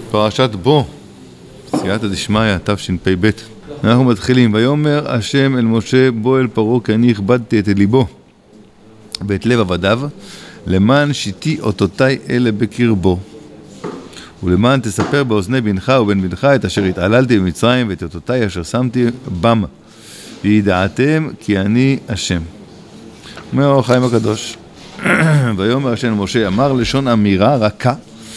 פרשת בו, סייעתא דשמיא, תשפ"ב. אנחנו מתחילים. ויאמר השם אל משה, בוא אל פרעה, כי אני הכבדתי את ליבו ואת לב עבדיו, למען שיתי אותותיי אלה בקרבו, ולמען תספר באוזני בנך ובן בנך את אשר התעללתי במצרים ואת אותותיי אשר שמתי בם, וידעתם כי אני השם. אומר אור החיים הקדוש. ויאמר השם אל משה, אמר לשון אמירה רכה,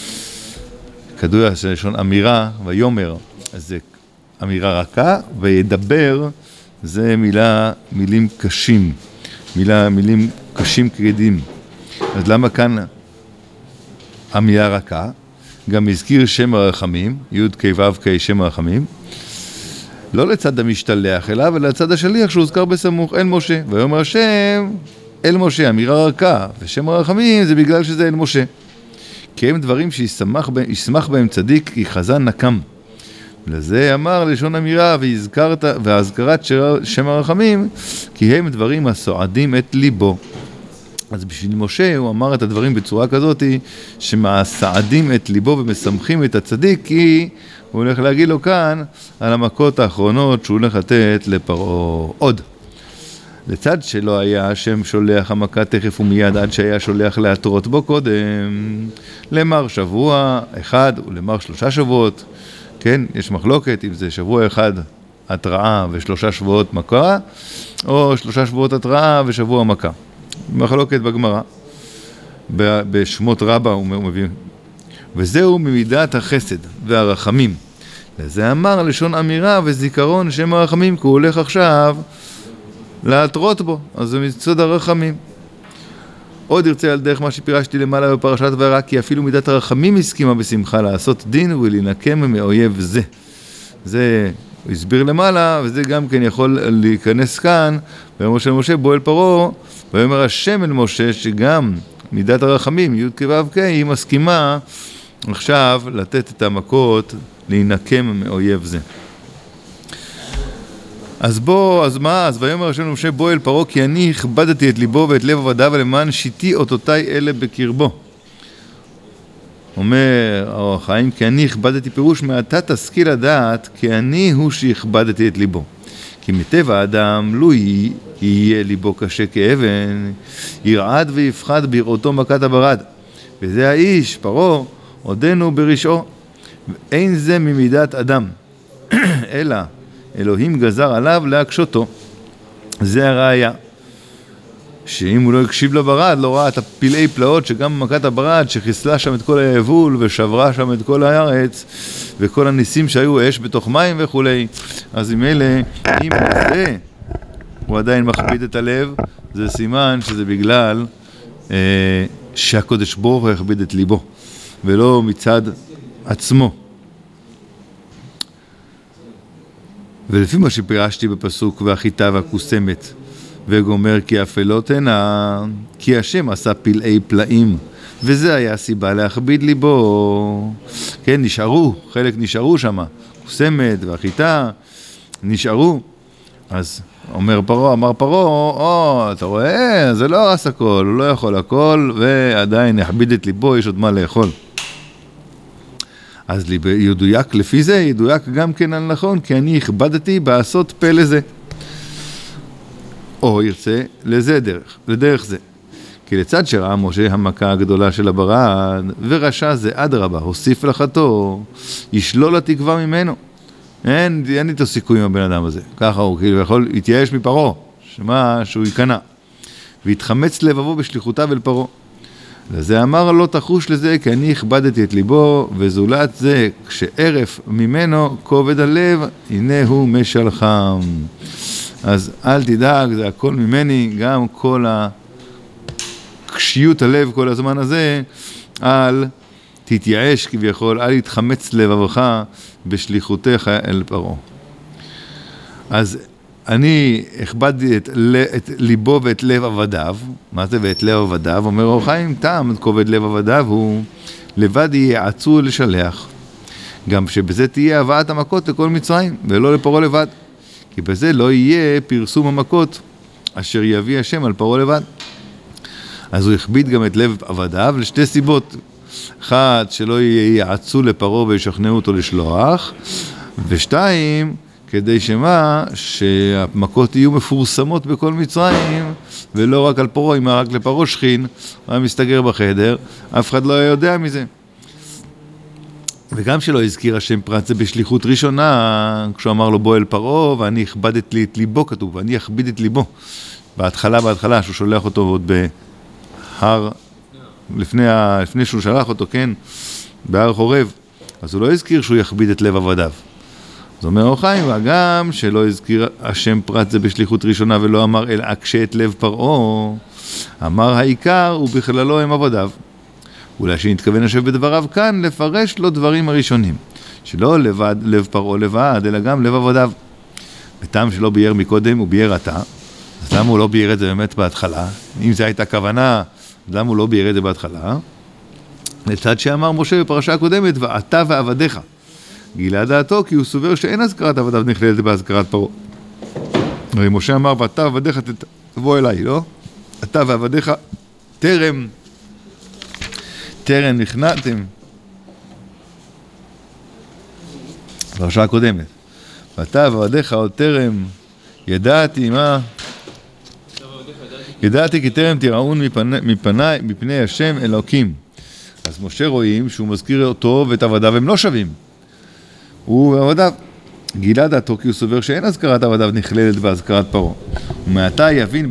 כדוע לשון אמירה, ויאמר, אז זה אמירה רכה, וידבר זה מילים קשים, מילים קשים כבדים. אז למה כאן אמירה רכה? גם הזכיר שם הרחמים, י' כ' ו' כ' שם הרחמים, לא לצד המשתלח אליו, אלא לצד השליח שהוזכר בסמוך, אל משה. ויאמר השם אל משה, אמירה רכה, ושם הרחמים זה בגלל שזה אל משה. כי הם דברים שישמח בהם צדיק, כי חזן נקם. לזה אמר לשון אמירה, והזכרת שם הרחמים, כי הם דברים הסועדים את ליבו. אז בשביל משה הוא אמר את הדברים בצורה כזאת, שמסעדים את ליבו ומשמחים את הצדיק, כי הוא הולך להגיד לו כאן על המכות האחרונות שהוא הולך לתת לפרעה. עוד, לצד שלא היה השם שולח המכה תכף ומיד, עד שהיה שולח להתרות בו קודם, למר שבוע אחד ולמר 3 שבועות, כן, יש מחלוקת אם זה שבוע אחד התראה ו3 שבועות מכה, או 3 שבועות התראה ושבוע מכה. מחלוקת בגמרא, בשמות רבה הוא מביא. וזהו ממידת החסד והרחמים. לזה אמר לשון אמירה וזיכרון שם הרחמים, כי הוא הולך עכשיו להתרות בו, אז זה מצד הרחמים. עוד ירצה על דרך מה שפירשתי למעלה בפרשת וירא, כי אפילו מידת הרחמים הסכימה בשמחה לעשות דין ולהינקם מאויב זה. זה הוא הסביר למעלה, וזה גם כן יכול להיכנס כאן. ויאמר של משה בוא אל פרעה, ויאמר השם אל משה שגם מידת הרחמים, י' כ' ו' כ', היא מסכימה עכשיו לתת את המכות להינקם מאויב זה. אז מה? אז ויאמר השם אל משה בוא אל פרעה, כי אני הכבדתי את ליבו ואת לב עבדיו, למען שיתי אותותיי אלה בקרבו. אומר אור החיים, כי אני הכבדתי, פירוש מעתה תשכיל לדעת, כי אני הוא שהכבדתי את ליבו. כי מטבע האדם לו יהיה ליבו קשה כאבן, ירעד ויפחד בראותו מכת הברד. וזה האיש, פרעה, עודנו ברשעו. אין זה ממידת אדם, אלא אלוהים גזר עליו להקשותו. זה הראיה. שאם הוא לא הקשיב לברד, לא ראה את הפלאי פלאות שגם מכת הברד שחיסלה שם את כל היבול ושברה שם את כל הארץ וכל הניסים שהיו אש בתוך מים וכו'. אז אם אלה, אם זה הוא עדיין מכביד את הלב, זה סימן שזה בגלל שהקודש ברוך הוא יכביד את ליבו ולא מצד עצמו. ולפי מה שפירשתי בפסוק והחיטה והקוסמת וגומר כי אפלות הנה, כי השם עשה פלאי פלאים, וזה היה הסיבה להכביד ליבו. כן, נשארו, חלק נשארו שם, קוסמת והחיטה נשארו. אז אמר פרעה, אתה רואה, זה לא הרס הכל, הוא לא יכול הכל, ועדיין הכביד את ליבו, יש עוד מה לאכול. אז ידויק לפי זה, ידויק גם כן על נכון, כי אני הכבדתי בעשות פה לזה. או ירצה לזה לדרך זה. כי לצד שראה משה המכה הגדולה של הברד, ורשע זה אדרבה, הוסיף לחתו, ישלול התקווה ממנו. אין איתו סיכוי עם הבן אדם הזה. ככה הוא כאילו יכול להתייאש מפרעה, שהוא יקנה. והתחמץ לבבו בשליחותיו אל פרעה. לזה אמר לא תחוש לזה, כי אני הכבדתי את ליבו, וזולת זה, כשערף ממנו כובד הלב, הנה הוא משלחם. אז אל תדאג, זה הכל ממני, גם כל הקשיות הלב כל הזמן הזה, אל תתייאש כביכול, אל תתחמץ לבבך בשליחותך אל פרעה. אז אני הכבדתי את ליבו ואת לב עבדיו. מה זה ואת לב עבדיו? אומר אור החיים, טעם כובד לב עבדיו הוא לבד ייעצו לשלח. גם שבזה תהיה הבאת המכות לכל מצרים, ולא לפרעה לבד. כי בזה לא יהיה פרסום המכות אשר יביא השם על פרעה לבד. אז הוא הכביד גם את לב עבדיו לשתי סיבות. אחד, שלא ייעצו לפרעה וישכנעו אותו לשלוח, ושתיים, כדי שהמכות יהיו מפורסמות בכל מצרים, ולא רק על פרעה, אם רק לפרעה שכין, היה מסתגר בחדר, אף אחד לא יודע מזה. וגם שלא הזכיר השם פרט זה בשליחות ראשונה, כשהוא אמר לו בוא אל פרעה, ואני אכבדת לי את ליבו, כתוב, ואני אכביד את ליבו. בהתחלה, שהוא שולח אותו עוד בהר, לפני שהוא שלח אותו, כן, בהר חורב, אז הוא לא הזכיר שהוא יכביד את לב עבדיו. אז אומר אור חיים, וגם שלא הזכיר השם פרט זה בשליחות ראשונה, ולא אמר אל אקשה את לב פרעה, אמר העיקר ובכללו הם עבדיו. אולי שנתכוון לשב בדבריו כאן, לפרש לו דברים הראשונים, שלא לבד לב פרעה לבד, אלא גם לב עבדיו. בטעם שלא בייר מקודם, הוא בייר עתה, אז למה הוא לא בייר את זה באמת בהתחלה? אם זה הייתה כוונה, למה הוא לא בייר את זה בהתחלה? לצד שאמר משה בפרשה הקודמת, ואתה ועבדיך. גילה דעתו, כי הוא סובר שאין הזכרת עבדיו נכללת בהזכרת פרעה. הרי משה אמר, ואתה ועבדיך תבוא אליי, לא? אתה ועבדיך טרם נכנעתם. פרשה הקודמת. ואתה ועבדיך עוד טרם ידעתי, מה? ידעתי כי טרם תיראון מפני השם אלוקים. אז משה רואים שהוא מזכיר אותו ואת עבדיו הם לא שווים. הוא ועבדיו. גילה דעתו כי הוא סובר שאין הזכרת עבדיו נכללת בהזכרת פרעה. ומעתה יבין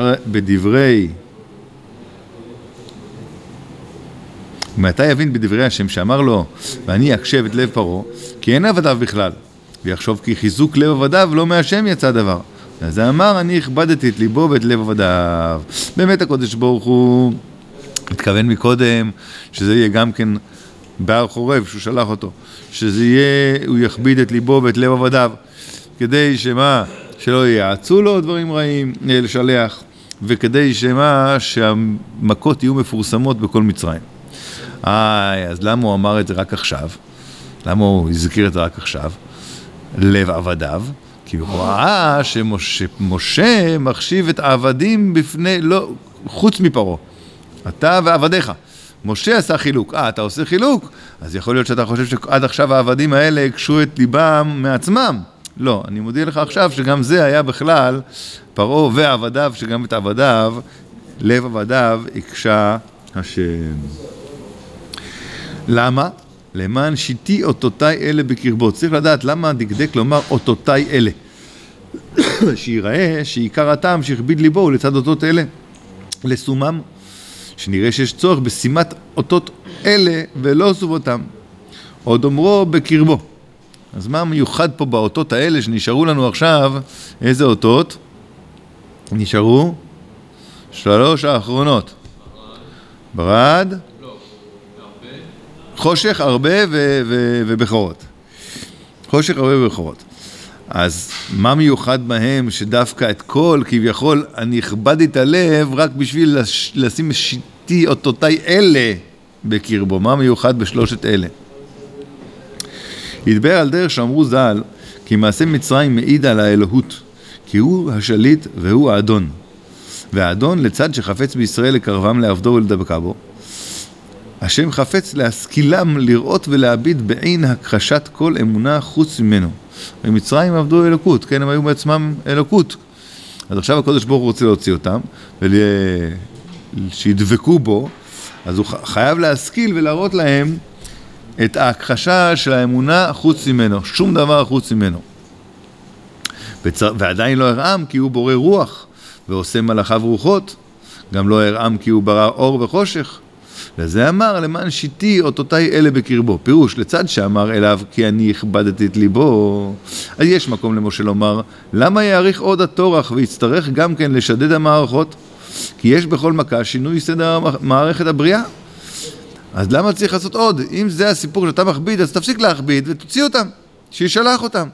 בדברי השם שאמר לו, ואני אקשב את לב פרעה, כי אין עבדיו בכלל, ויחשוב כי חיזוק לב עבדיו לא מהשם יצא דבר. אז אמר, אני הכבדתי את ליבו ואת לב עבדיו. באמת הקודש ברוך הוא התכוון מקודם, שזה יהיה גם כן בהר חורב, שהוא שלח אותו, שזה יהיה, הוא יכביד את ליבו ואת לב עבדיו, כדי שלא יעצו לו דברים רעים, לשלח, וכדי שהמכות יהיו מפורסמות בכל מצרים. אז למה הוא אמר את זה רק עכשיו? למה הוא הזכיר את זה רק עכשיו? לב עבדיו, כי הוא ראה שמשה מחשיב את העבדים בפני, לא, חוץ מפרעה. אתה ועבדיך. משה עשה חילוק. אתה עושה חילוק? אז יכול להיות שאתה חושב שעד עכשיו העבדים האלה הקשו את ליבם מעצמם. לא, אני מודיע לך עכשיו שגם זה היה בכלל פרעה ועבדיו, שגם את עבדיו, לב עבדיו, הקשה השם. למה? למען שיטי אותותיי אלה בקרבו. צריך לדעת למה דקדק לומר אותותיי אלה. שיראה שעיקר הטעם שהכביד ליבו הוא לצד אותות אלה. לסומם. שנראה שיש צורך בשימת אותות אלה ולא סובותם. עוד אומרו בקרבו. אז מה מיוחד פה באותות האלה שנשארו לנו עכשיו? איזה אותות? נשארו 3 האחרונות. ברד, חושך, הרבה ובכורות. חושך, הרבה ובכורות. אז מה מיוחד בהם שדווקא את כל, כביכול, אני הכבדתי את הלב רק בשביל לשים שיטי אותותיי אלה בקרבו. מה מיוחד בשלושת אלה? ידבר על דרך שאמרו ז"ל, כי מעשה מצרים מעיד על האלוהות, כי הוא השליט והוא האדון. והאדון לצד שחפץ בישראל לקרבם לעבדו ולדבקה בו, השם חפץ להשכילם לראות ולהביט בעין הכחשת כל אמונה חוץ ממנו. במצרים עבדו אלוקות, כן, הם היו בעצמם אלוקות. אז עכשיו הקודש ברוך הוא רוצה להוציא אותם, שידבקו בו, אז הוא חייב להשכיל ולהראות להם את ההכחשה של האמונה חוץ ממנו, שום דבר חוץ ממנו. ועדיין לא הרעם כי הוא בורא רוח, ועושה מלאכיו רוחות, גם לא הרעם כי הוא ברא אור וחושך. לזה אמר למען שיטי אותותיי אלה בקרבו. פירוש לצד שאמר אליו כי אני הכבדתי את ליבו. אז יש מקום למשה לומר, למה יאריך עוד התורח ויצטרך גם כן לשדד המערכות? כי יש בכל מכה שינוי סדר מערכת הבריאה. אז למה צריך לעשות עוד? אם זה הסיפור שאתה מכביד, אז תפסיק להכביד ותוציא אותם, שישלח אותם.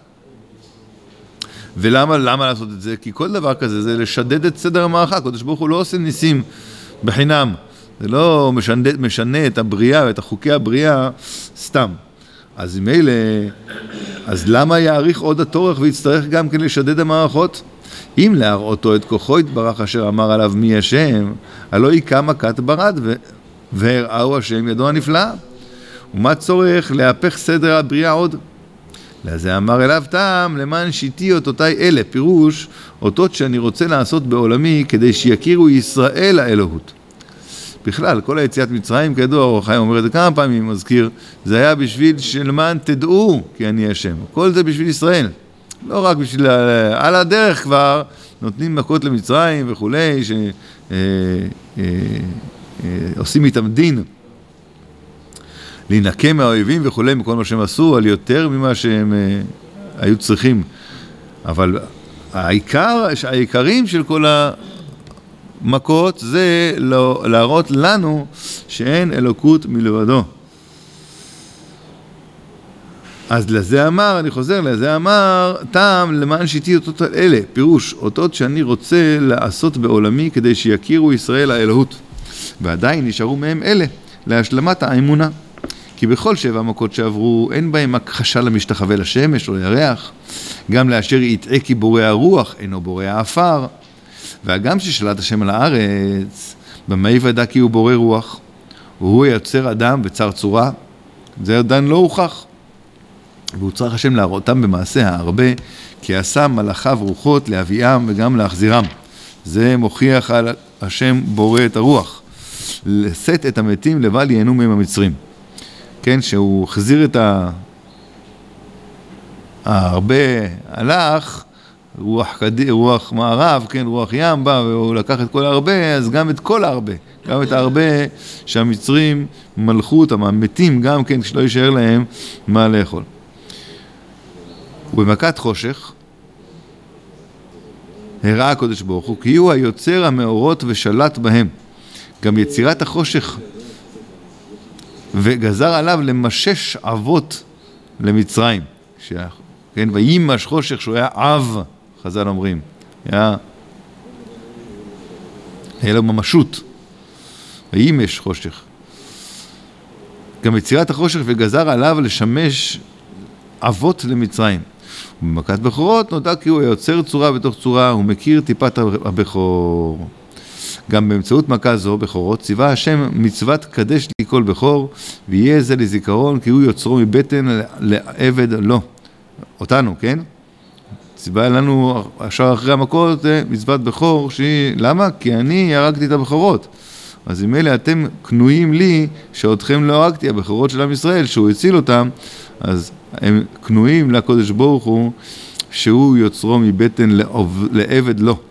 ולמה לעשות את זה? כי כל דבר כזה זה לשדד את סדר המערכה. קדוש ברוך הוא לא עושה ניסים בחינם. זה לא משנה את הבריאה ואת חוקי הבריאה סתם. אז מילא, אז למה יאריך עוד התורך ויצטרך גם כן לשדד המערכות? אם להראותו את כוחו יתברך אשר אמר עליו מי השם, הלא יקם מכת ברד והראו השם ידו הנפלאה. ומה צורך להפך סדר הבריאה עוד? לזה אמר אליו טעם, למען שיתי אותותיי אלה, פירוש אותות שאני רוצה לעשות בעולמי כדי שיכירו ישראל האלוהות. בכלל, כל היציאת מצרים, כידוע, אור החיים אומר את זה כמה פעמים, מזכיר, זה היה בשביל שלמען תדעו כי אני השם. כל זה בשביל ישראל. לא רק בשביל, על הדרך כבר נותנים מכות למצרים וכולי, שעושים איתם דין. להינקם מהאויבים וכולי, מכל מה שהם עשו, על יותר ממה שהם היו צריכים. אבל העיקרים של כל המכות זה להראות לנו שאין אלוקות מלבדו. אז לזה אמר, אני חוזר, לזה אמר, טעם למען שיתי אותות אלה, פירוש, אותות שאני רוצה לעשות בעולמי כדי שיכירו ישראל האלוהות. ועדיין נשארו מהם אלה, להשלמת האמונה. כי בכל 7 מכות שעברו, אין בהם הכחשה למשתחווה לשמש או לירח, גם לאשר יטעה כי בורא הרוח, אינו בורא האפר, והגם ששלט השם על הארץ, במה יוודא כי הוא בורא רוח, והוא יוצר אדם וצר צורה, זה עדיין לא הוכח. והוא צריך השם להראותם במעשה הרבה, כי עשה מלאכיו רוחות להביאם וגם להחזירם. זה מוכיח על השם בורא את הרוח, לשאת את המתים לבל ייהנו מהם המצרים. כן, שהוא החזיר את הרבה הלך, רוח מערב, כן, רוח ים בא, והוא לקח את כל הרבה, אז גם את כל הרבה, גם את הרבה שהמצרים מלכו אותם, המתים גם כן, כשלא יישאר להם מה לאכול. ובמכת חושך, הראה הקדוש ברוך הוא, כי הוא היוצר המאורות ושלט בהם. גם יצירת החושך וגזר עליו למשש אבות למצרים. כן, וימש חושך שהוא היה אב, חז"ל אומרים. היה לו ממשות. וימש חושך. גם יצירת החושך וגזר עליו לשמש אבות למצרים. ובמכת בכורות נודע כי הוא יוצר צורה בתוך צורה, הוא מכיר טיפת הבכור. גם באמצעות מכה זו, בכורות, ציווה השם מצוות קדש לי כל בכור, ויהיה זה לזיכרון, כי הוא יוצרו מבטן לעבד לו. אותנו, כן? ציווה לנו עכשיו אחרי המכות, מצוות בכור, למה? כי אני הרגתי את הבכורות. אז אם אלה אתם קנויים לי, שאותכם לא הרגתי, הבכורות של עם ישראל, שהוא הציל אותם, אז הם קנויים לקודש ברוך הוא, שהוא יוצרו מבטן לעבד לו.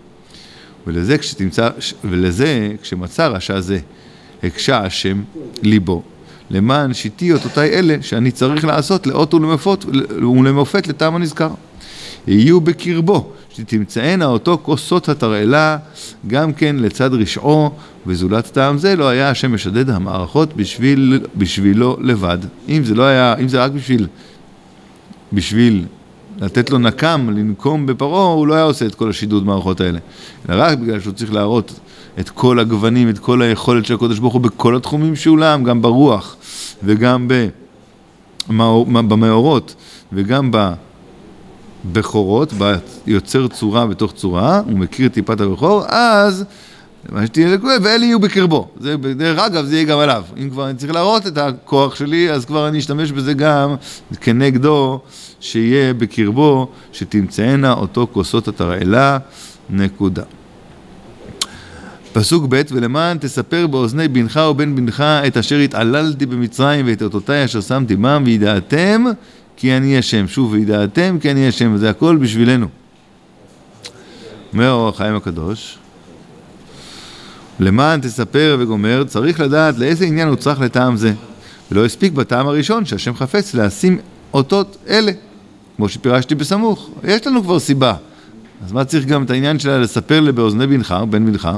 ולזה, כשמצא רשע זה, הקשה השם ליבו, למען שיתי אותותיי אלה, שאני צריך לעשות לאות ולמופת לטעם הנזכר. יהיו בקרבו, שתמצאנה אותו כוסות התרעלה, גם כן לצד רשעו, וזולת טעם זה לא היה השם משדד המערכות בשבילו לבד. אם זה רק בשביל לתת לו נקם, לנקום בפרו, הוא לא היה עושה את כל השידוד מערכות האלה. אלא רק בגלל שהוא צריך להראות את כל הגוונים, את כל היכולת של הקדוש ברוך הוא בכל התחומים שעולם, גם ברוח, וגם במאורות, וגם בבכורות, ביוצר צורה בתוך צורה, הוא מכיר טיפת הבכור, אז מה שתהיה לכוי, ואלה יהיו בקרבו. זה, דרך אגב, זה יהיה גם עליו. אם כבר אני צריך להראות את הכוח שלי, אז כבר אני אשתמש בזה גם כנגדו, שיהיה בקרבו, שתמצאנה אותו כוסות התרעלה, נקודה. פסוק ב' ולמען תספר באוזני בנך ובן בנך את אשר התעללתי במצרים ואת אותותיי אשר שמתי בם וידעתם כי אני השם. שוב, וידעתם כי אני השם, וזה הכל בשבילנו. אומר אור החיים הקדוש, למען תספר וגומר, צריך לדעת לאיזה עניין הוא צריך לטעם זה. ולא הספיק בטעם הראשון שהשם חפץ לשים אותות אלה, כמו שפירשתי בסמוך. יש לנו כבר סיבה. אז מה צריך גם את העניין שלה לספר לי באוזני בנך, בן בנך?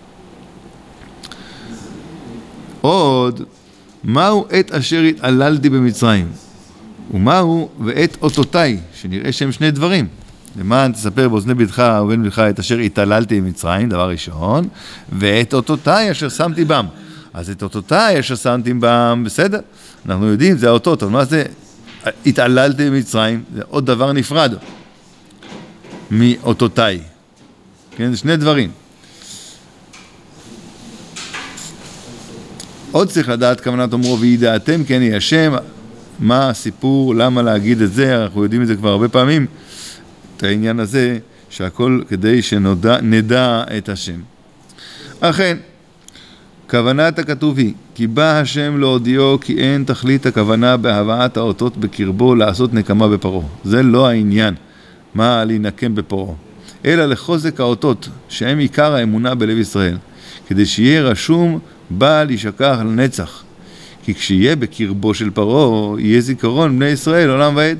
עוד, מהו עת אשר התעללתי במצרים? ומהו ועת אותותיי, שנראה שהם שני דברים. למען תספר באוזני בנך ובן בנך את אשר התעללתי במצרים, דבר ראשון, ואת אותותיי אשר שמתי בם. אז את אותותיי אשר שמתי בם, בסדר? אנחנו יודעים, זה האותות, אבל מה זה התעללתי במצרים? זה עוד דבר נפרד מאותותיי. כן, זה שני דברים. עוד צריך לדעת כוונת אומרו וידעתם כן יהיה השם. מה הסיפור, למה להגיד את זה? אנחנו יודעים את זה כבר הרבה פעמים, את העניין הזה, שהכל כדי שנדע את השם. אכן, כוונת הכתוב היא, כי בא השם להודיעו כי אין תכלית הכוונה בהבאת האותות בקרבו לעשות נקמה בפרעה. זה לא העניין, מה להינקם בפרעה, אלא לחוזק האותות, שהם עיקר האמונה בלב ישראל, כדי שיהיה רשום בעל ישכח לנצח. כי כשיהיה בקרבו של פרעה, יהיה זיכרון בני ישראל עולם ועד.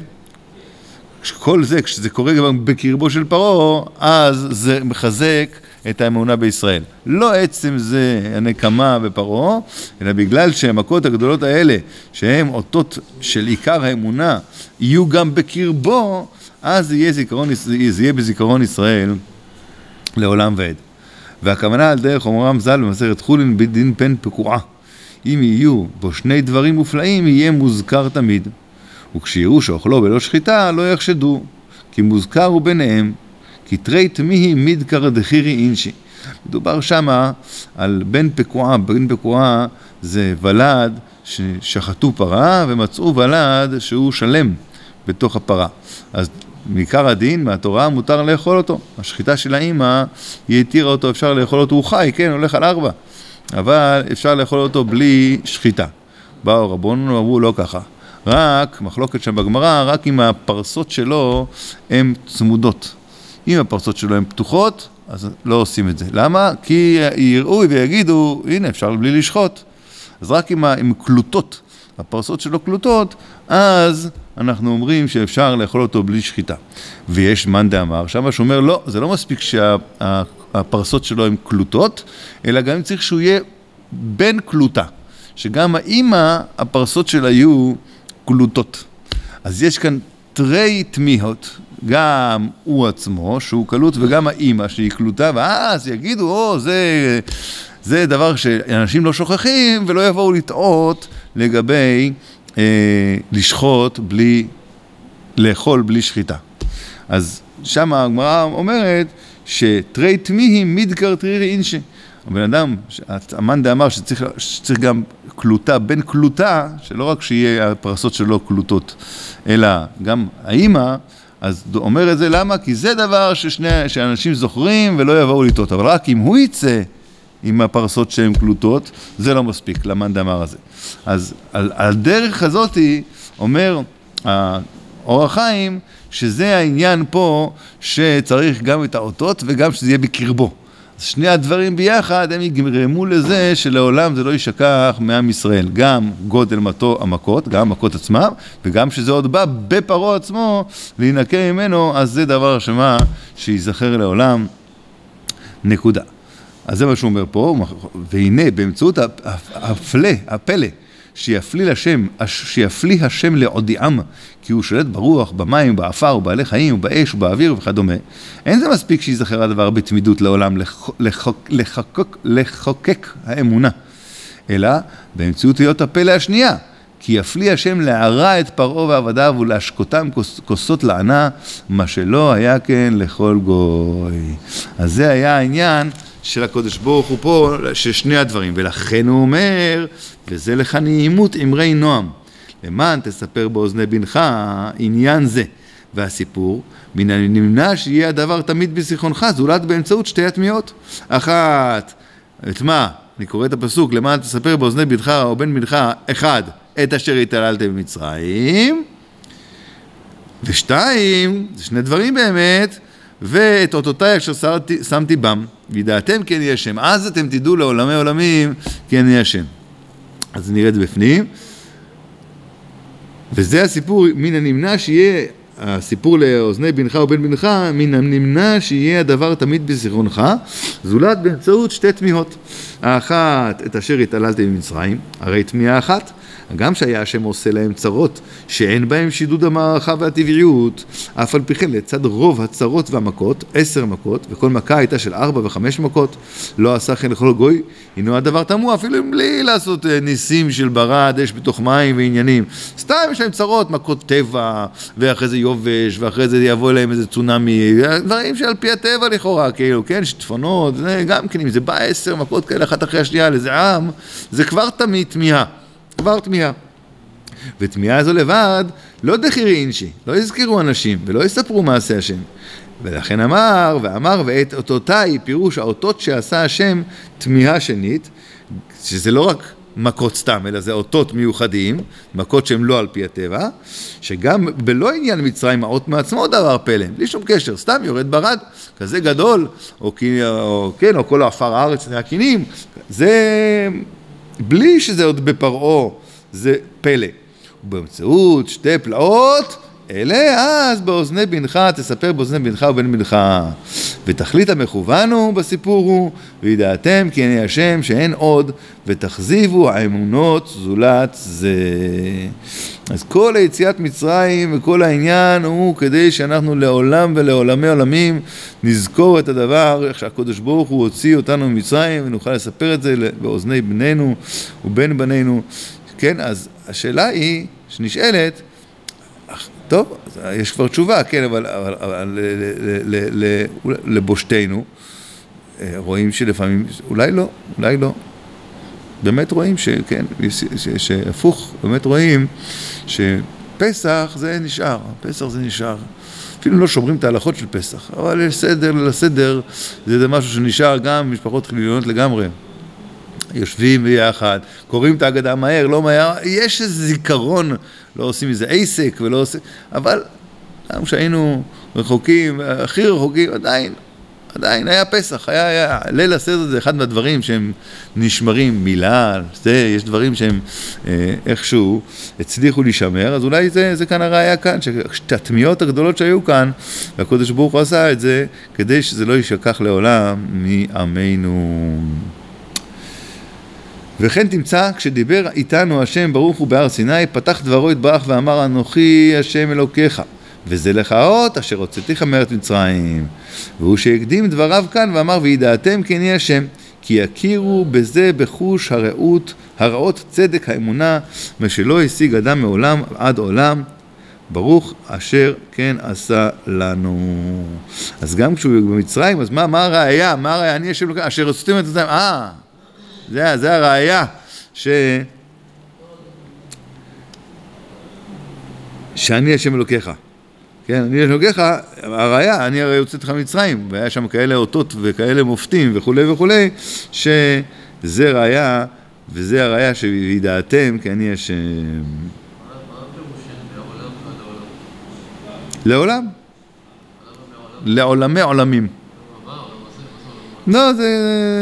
כל זה, כשזה קורה גם בקרבו של פרעה, אז זה מחזק את האמונה בישראל. לא עצם זה הנקמה בפרעה, אלא בגלל שהמכות הגדולות האלה, שהן אותות של עיקר האמונה, יהיו גם בקרבו, אז זה יהיה בזיכרון ישראל לעולם ועד. והכוונה על דרך אומרם ז"ל במסכת חולין בדין פן פקועה. אם יהיו בו שני דברים מופלאים, יהיה מוזכר תמיד. וכשיראו שאוכלו בלא שחיטה, לא יחשדו, כי מוזכר הוא ביניהם, כי תרי תמיהי מדקר דחירי אינשי. מדובר שמה על בן פקועה. בן פקועה זה ולד ששחטו פרה ומצאו ולד שהוא שלם בתוך הפרה. אז מעיקר הדין, מהתורה, מותר לאכול אותו. השחיטה של האמא, היא התירה אותו, אפשר לאכול אותו, הוא חי, כן, הולך על 4. אבל אפשר לאכול אותו בלי שחיטה. באו רבנו, אמרו לא ככה. רק, מחלוקת שם בגמרא, רק אם הפרסות שלו הן צמודות. אם הפרסות שלו הן פתוחות, אז לא עושים את זה. למה? כי יראו ויגידו, הנה, אפשר בלי לשחוט. אז רק אם הן קלוטות, הפרסות שלו קלוטות, אז אנחנו אומרים שאפשר לאכול אותו בלי שחיטה. ויש מאן דאמר, שם שאומר, לא, זה לא מספיק שהפרסות שלו הן קלוטות, אלא גם צריך שהוא יהיה בן קלוטה. שגם האמא, הפרסות שלה יהיו קלוטות. אז יש כאן תרי תמיהות, גם הוא עצמו שהוא קלוט וגם האמא שהיא קלוטה, ואז יגידו, זה דבר שאנשים לא שוכחים ולא יבואו לטעות לגבי לשחוט לאכול בלי שחיטה. אז שם הגמרא אומרת שתרי תמיהי מדקר תרירי אינשי. הבן אדם, המאן דאמר שצריך גם קלוטה, בן קלוטה, שלא רק שיהיה הפרסות שלו קלוטות, אלא גם האמא, אז אומר את זה למה? כי זה דבר שאנשים זוכרים ולא יבואו לטעות, אבל רק אם הוא יצא עם הפרסות שהן קלוטות, זה לא מספיק, למאן דאמר הזה. אז על דרך הזאת אומר אור החיים, שזה העניין פה שצריך גם את האותות וגם שזה יהיה בקרבו. אז שני הדברים ביחד הם יגרמו לזה שלעולם זה לא יישכח מעם ישראל. גם גודל המכות, גם המכות עצמם, וגם שזה עוד בא בפרעה עצמו להינקה ממנו, אז זה דבר שיזכר לעולם. נקודה. אז זה מה שהוא אומר פה, והנה באמצעות הפלא, שיפליא השם לעודיעם, כי הוא שולט ברוח, במים, באפר, ובעלי חיים, ובאש, ובאוויר וכדומה. אין זה מספיק שיזכר הדבר בתמידות לעולם לחוקק האמונה, אלא באמצעות היות הפלא השנייה, כי יפליא השם להרע את פרעה ועבדיו ולהשקותם כוסות לענה, מה שלא היה כן לכל גוי. אז זה היה העניין של הקודש ברוך הוא פה, ששני הדברים, ולכן הוא אומר, וזה לך נעימות אמרי נועם, למען תספר באוזני בנך עניין זה, והסיפור, מן הנמנע שיהיה הדבר תמיד בזיכרונך, זולת באמצעות שתי התמיהות. אחת, את מה? אני קורא את הפסוק, למען תספר באוזני בנך או בן בנך, אחד, את אשר התעללתם במצרים, ושתיים, זה שני דברים באמת, ואת אותותיי אשר שמתי בם, וידעתם כן יהיה השם, אז אתם תדעו לעולמי עולמים כן יהיה השם. אז נראה את זה בפנים, וזה הסיפור, מן הנמנע שיהיה, הסיפור לאוזני בנך ובן בנך, מן הנמנע שיהיה הדבר תמיד בזיכרונך, זולת באמצעות שתי תמיהות. האחת, את אשר התעללתם במצרים, הרי תמיהה אחת, גם שהיה השם עושה להם צרות, שאין בהם שידוד המערכה והטבעיות, אף על פי כן לצד רוב הצרות והמכות, 10 מכות, וכל מכה הייתה של 4 ו5 מכות, לא עשה כן לכל גוי, הנה הדבר תמוה, אפילו בלי לעשות ניסים של ברד, אש בתוך מים ועניינים. סתם יש להם צרות, מכות טבע, ואחרי זה יובש, ואחרי זה יבוא אליהם איזה צונמי, דברים שעל פי הטבע לכאורה, כאילו, כן, שטפונות, גם כן, אם זה בא 10 מכות כאלה אחת אחרי השנייה לאיזה עם, זה כבר תמיהה, כבר תמיהה. ותמיהה הזו לבד, לא דחירי אינשי, לא יזכרו אנשים ולא יספרו מעשה השם. ולכן אמר, ואת אותותיי, פירוש האותות שעשה השם, תמיהה שנית, שזה לא רק מכות סתם, אלא זה אותות מיוחדים, מכות שהן לא על פי הטבע, שגם בלא עניין מצרים, האות מעצמו דבר פלא, בלי שום קשר, סתם יורד ברד, כזה גדול, או כל עפר הארץ מהקינים, זה בלי שזה עוד בפרעה, זה פלא. ובאמצעות שתי פלאות, אלה אז באוזני בנך, תספר באוזני בנך ובן בנך. ותכלית המכוון הוא בסיפור הוא, וידעתם כי אני השם שאין עוד, ותחזיבו האמונות זולת זה. אז כל היציאת מצרים וכל העניין הוא כדי שאנחנו לעולם ולעולמי עולמים נזכור את הדבר, איך שהקדוש ברוך הוא הוציא אותנו ממצרים, ונוכל לספר את זה באוזני בנינו ובן בנינו. כן, אז השאלה היא שנשאלת, טוב, יש כבר תשובה, כן, אבל לבושתנו, רואים שלפעמים, אולי לא, באמת רואים שכן, שהפוך, באמת רואים שפסח זה נשאר, אפילו לא שומרים את ההלכות של פסח, אבל לסדר זה משהו שנשאר גם משפחות חילוניות לגמרי. יושבים ביחד, קוראים את ההגדה מהר, לא מהר, יש איזה זיכרון, לא עושים איזה עסק ולא עושים, אבל גם שהיינו רחוקים, הכי רחוקים, עדיין היה פסח, היה ליל הסדר, זה אחד מהדברים שהם נשמרים, מילה, יש דברים שהם איכשהו הצליחו להישמר, אז אולי זה כאן הראיה כאן, שהתמיהות הגדולות שהיו כאן, והקדוש ברוך הוא עשה את זה, כדי שזה לא יישכח לעולם מעמנו. וכן תמצא, כשדיבר איתנו השם ברוך הוא בהר סיני, פתח דברו יתברך ואמר אנוכי השם אלוקיך, וזה לך האות אשר הוצאתיך מארץ מצרים. והוא שהקדים דבריו כאן ואמר וידעתם כי אני השם, כי יכירו בזה בחוש הרעות צדק האמונה, מה שלא השיג אדם מעולם עד עולם, ברוך אשר כן עשה לנו. אז גם כשהוא במצרים, אז מה הראיה? אני השם אלוקיך אשר הוצאתיך מארץ מצרים, זה הראיה שאני השם אלוקיך. כן, אני השם אלוקיך, הראיה, אני הרי יוצאת לך מצרים, והיה שם כאלה אותות וכאלה מופתים וכו' וכו', שזה ראיה, וזה הראיה שידעתם כי אני השם. לעולם? לעולמי עולמים. לא, זה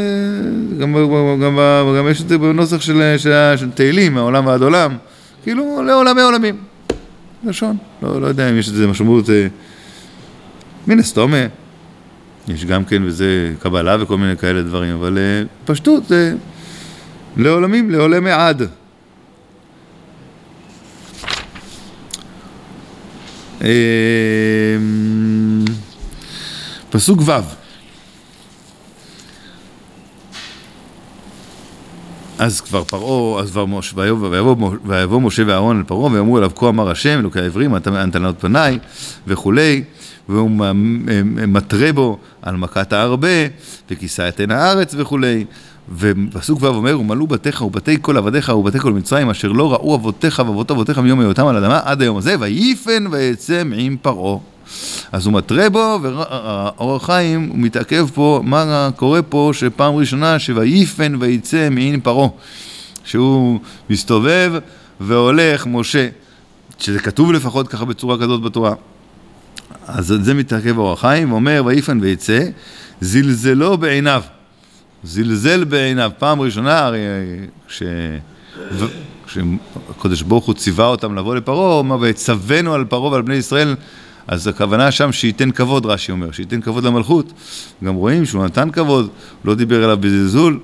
גם יש את זה בנוסח של תהילים, העולם ועד עולם, כאילו לעולמי עולמים. לשון, לא יודע אם יש את זה משמעות, מן הסתומה, יש גם כן וזה קבלה וכל מיני כאלה דברים, אבל פשטות זה לעולמים, לעולמי עד. פסוק ו' אז כבר פרעה, אז כבר ויבוא משה ואהרון אל פרעה, ואמרו אליו כה אמר השם, אלוקי העברים, נתת לנו את פניי וכולי, והוא מטרה בו על מכת הארבה, וכיסה את עין הארץ וכולי, ופסוק ו' אומר, ומלאו בתיך ובתי כל עבדיך ובתי כל מצרים, אשר לא ראו אבותיך ואבות אבותיך מיום היותם על האדמה עד היום הזה, ויפן ויצא מעם פרעה. אז הוא מטרה בו, ואור החיים הוא מתעכב פה, מה קורה פה שפעם ראשונה שויפן ויצא מעם פרעה, שהוא מסתובב והולך משה, שזה כתוב לפחות ככה בצורה כזאת בתורה. אז זה מתעכב אור החיים ואומר ויפן ויצא, זלזלו בעיניו, זלזל בעיניו, פעם ראשונה הרי כשהקדוש ברוך הוא ציווה אותם לבוא לפרעה, מה ויצוונו על פרעה ועל בני ישראל, אז הכוונה שם שייתן כבוד, רש"י אומר, שייתן כבוד למלכות. גם רואים שהוא נתן כבוד, לא דיבר אליו בזלזול.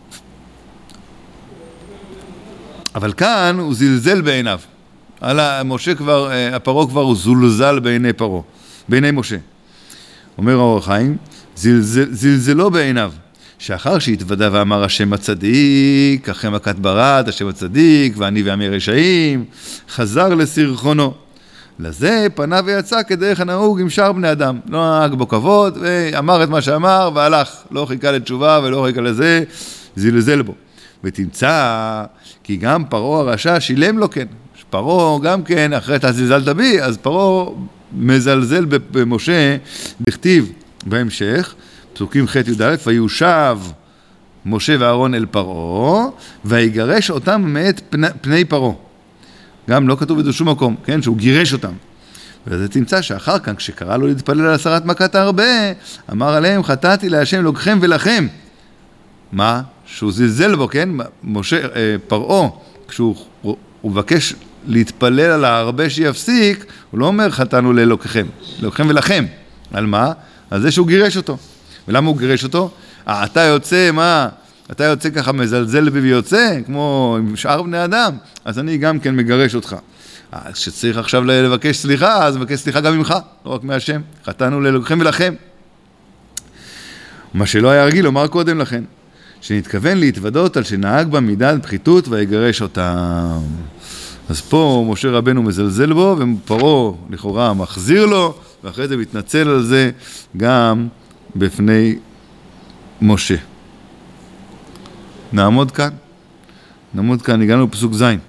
אבל כאן הוא זלזל בעיניו. משה כבר, הפרעה כבר הוא זולזל בעיני פרעה, בעיני משה. אומר אור החיים, זלזלו בעיניו, שאחר שהתוודע ואמר השם הצדיק, אחרי מכת ברד, השם הצדיק, ואני ועמי רשעים, חזר לסרחונו. לזה פנה ויצא כדרך הנהוג עם שאר בני אדם, לא נהג בו כבוד, ואמר את מה שאמר והלך, לא חיכה לתשובה ולא חיכה לזה, זלזל בו. ותמצא כי גם פרעה הרשע שילם לו כן. פרעה גם כן, אחרי אתה זלזלת בי, אז פרעה מזלזל במשה, דכתיב בהמשך, פסוקים ח' י"א, ויושב משה ואהרון אל פרעה, ויגרש אותם מאת פני פרעה. גם לא כתוב בזה שום מקום, כן? שהוא גירש אותם. וזה תמצא שאחר כך, כשקרא לו להתפלל על הסרת מכת הרבה, אמר עליהם, חטאתי להשם אלוהיכם ולכם. מה? שהוא זלזל בו, כן? משה, פרעה, כשהוא מבקש להתפלל על הרבה שיפסיק, הוא לא אומר חטאנו לאלוהיכם, אלוהיכם ולכם. על מה? על זה שהוא גירש אותו. ולמה הוא גירש אותו? אתה יוצא, מה? אתה יוצא ככה מזלזל בי ויוצא, כמו עם שאר בני אדם, אז אני גם כן מגרש אותך. כשצריך עכשיו לבקש סליחה, אז מבקש סליחה גם ממך, לא רק מהשם. חטאנו לאלוהיכם ולכם. מה שלא היה רגיל, אומר קודם לכן, שנתכוון להתוודות על שנהג בה מידת פחיתות ויגרש אותם. אז פה משה רבנו מזלזל בו, ופרעה לכאורה מחזיר לו, ואחרי זה מתנצל על זה גם בפני משה. נעמוד כאן, הגענו לפסוק ז'.